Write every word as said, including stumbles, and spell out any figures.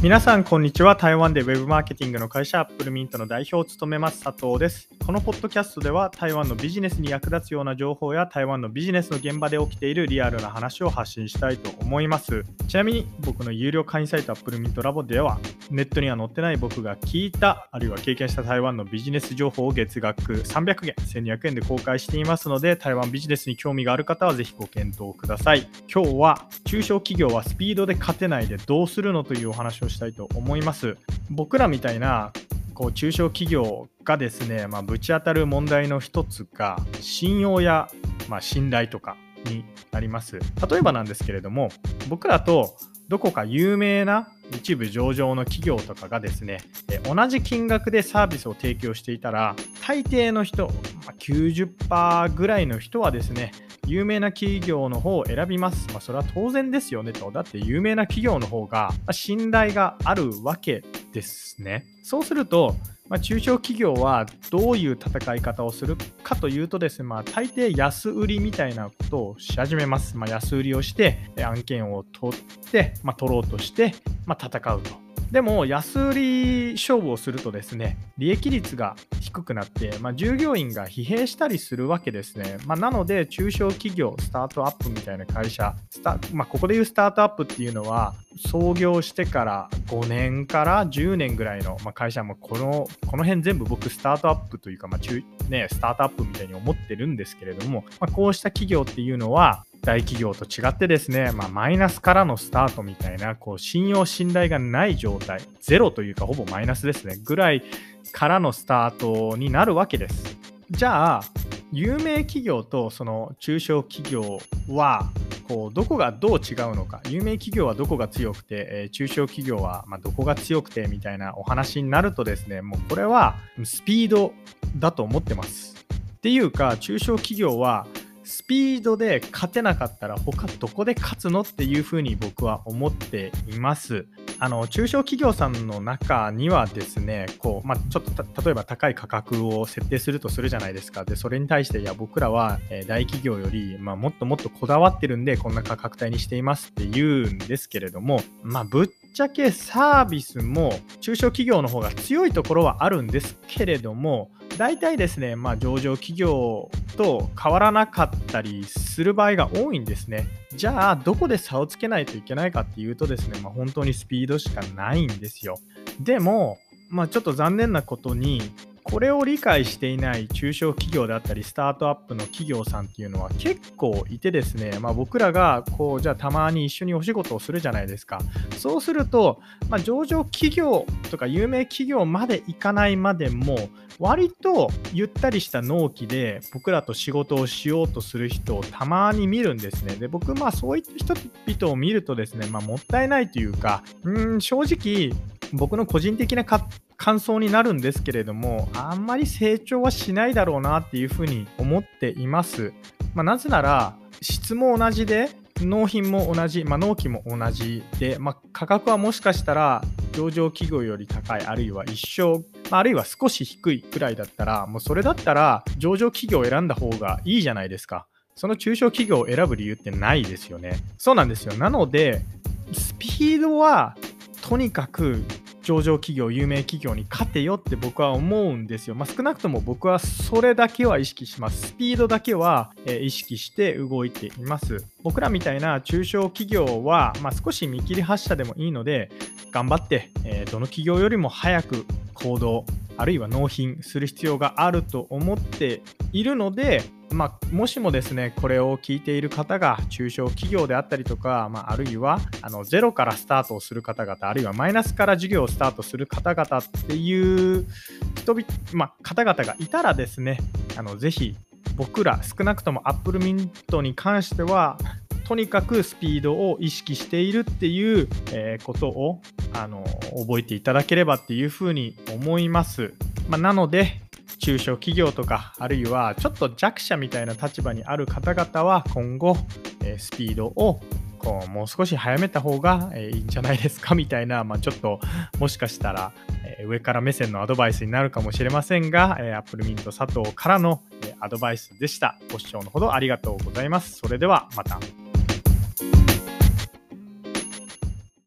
皆さんこんにちは。台湾でウェブマーケティングの会社アップルミントの代表を務めます佐藤です。このポッドキャストでは台湾のビジネスに役立つような情報や台湾のビジネスの現場で起きているリアルな話を発信したいと思います。ちなみに僕の有料会員サイトアップルミントラボではネットには載ってない僕が聞いたあるいは経験した台湾のビジネス情報を月額さんびゃくえんせんにひゃくえんで公開していますので、台湾ビジネスに興味がある方はぜひご検討ください。今日は中小企業はスピードで勝てないでどうするのというお話をしたいと思います。僕らみたいなこう中小企業がですね、まあ、ぶち当たる問題の一つが信用や、まあ、信頼とかになります。例えばなんですけれども、僕らとどこか有名な一部上場の企業とかがですね、同じ金額でサービスを提供していたら、大抵の人、きゅうじゅっパーセント ぐらいの人はですね、有名な企業の方を選びます。まあ、それは当然ですよねと。だって有名な企業の方が信頼があるわけですね。そうすると、まあ、中小企業はどういう戦い方をするかというとですね、まあ、大抵安売りみたいなことをし始めます。まあ、安売りをして案件を取って、まあ、取ろうとして、まあ、戦うと。でも安売り勝負をするとですね、利益率が低くなって、まあ、従業員が疲弊したりするわけですね。まあ、なので中小企業、スタートアップみたいな会社、スタまあ、ここでいうスタートアップっていうのは創業してからごねんからじゅうねんぐらいの会社もこのこの辺全部僕スタートアップというか、まあ中ね、スタートアップみたいに思ってるんですけれども、まあ、こうした企業っていうのは大企業と違ってですね、まあ、マイナスからのスタートみたいなこう信用信頼がない状態、ゼロというかほぼマイナスですねぐらいからのスタートになるわけです。じゃあ有名企業とその中小企業はこうどこがどう違うのか、有名企業はどこが強くて、えー、中小企業はまあどこが強くてみたいなお話になるとですね、もうこれはスピードだと思ってます。っていうか中小企業はスピードで勝てなかったら他どこで勝つのっていうふうに僕は思っています。あの中小企業さんの中にはですね、こう、まあ、ちょっと例えば高い価格を設定するとするじゃないですか。でそれに対していや僕らは大企業より、まあ、もっともっとこだわってるんでこんな価格帯にしていますって言うんですけれども、まあ、ぶっちゃけサービスも中小企業の方が強いところはあるんですけれども、大体ですね、まあ、上場企業と変わらなかったりする場合が多いんですね。じゃあどこで差をつけないといけないかっていうとですね、まあ、本当にスピードしかないんですよ。でも、まあ、ちょっと残念なことにこれを理解していない中小企業であったりスタートアップの企業さんっていうのは結構いてですね、まあ、僕らがこうじゃあたまに一緒にお仕事をするじゃないですか。そうすると、まあ、上場企業とか有名企業までいかないまでも割とゆったりした納期で僕らと仕事をしようとする人をたまに見るんですね。で僕まあそういった人々を見るとですね、まあ、もったいないというか、うーん正直僕の個人的な感想になるんですけれども、あんまり成長はしないだろうなっていうふうに思っています。まあ、なぜなら質も同じで納品も同じ、まあ、納期も同じで、まあ、価格はもしかしたら上場企業より高い、あるいは一緒、まあ、あるいは少し低いくらいだったら、もうそれだったら上場企業を選んだ方がいいじゃないですか。その中小企業を選ぶ理由ってないですよね。そうなんですよ。なのでスピードはとにかく上場企業、有名企業に勝てよって僕は思うんですよ。まあ、少なくとも僕はそれだけは意識します。スピードだけは、えー、意識して動いています。僕らみたいな中小企業は、まあ、少し見切り発車でもいいので頑張って、えー、どの企業よりも早く行動あるいは納品する必要があると思っているので、まあ、もしもですねこれを聞いている方が中小企業であったりとか、まあ、あるいはあのゼロからスタートをする方々、あるいはマイナスから事業をスタートする方々っていう人々、まあ、方々がいたらですね、あのぜひ僕ら少なくとも Apple Mint に関してはとにかくスピードを意識しているっていう、えー、ことをあの覚えていただければっていうふうに思います。まあ、なので中小企業とかあるいはちょっと弱者みたいな立場にある方々は今後、えー、スピードをこうもう少し早めた方が、えー、いいんじゃないですかみたいな、まあ、ちょっともしかしたら、えー、上から目線のアドバイスになるかもしれませんが、えー、Apple Mint 佐藤からの、えー、アドバイスでした。ご視聴のほどありがとうございます。それではまた。